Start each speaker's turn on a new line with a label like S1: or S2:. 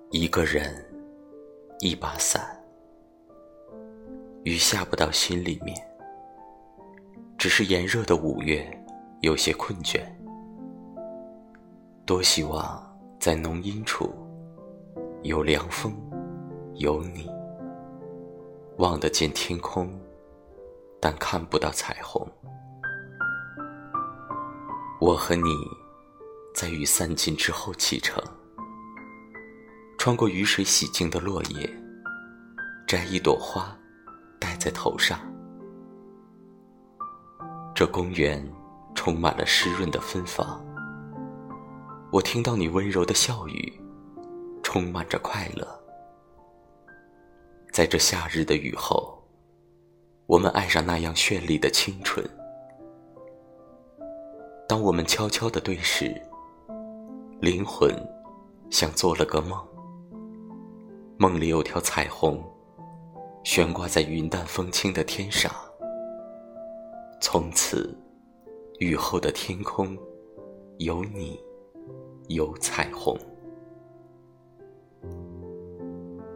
S1: 一个人，一把伞，雨下不到心里面，只是炎热的5月有些困倦。多希望在浓阴处有凉风，有你，望得见天空，但看不到彩虹。我和你在雨散尽之后启程，穿过雨水洗净的落叶，摘一朵花戴在头上。这公园充满了湿润的芬芳，我听到你温柔的笑语，充满着快乐。在这夏日的雨后，我们爱上那样绚丽的青春。当我们悄悄地对视，灵魂像做了个梦，梦里有条彩虹悬挂在云淡风轻的天上。从此雨后的天空有你，有彩虹。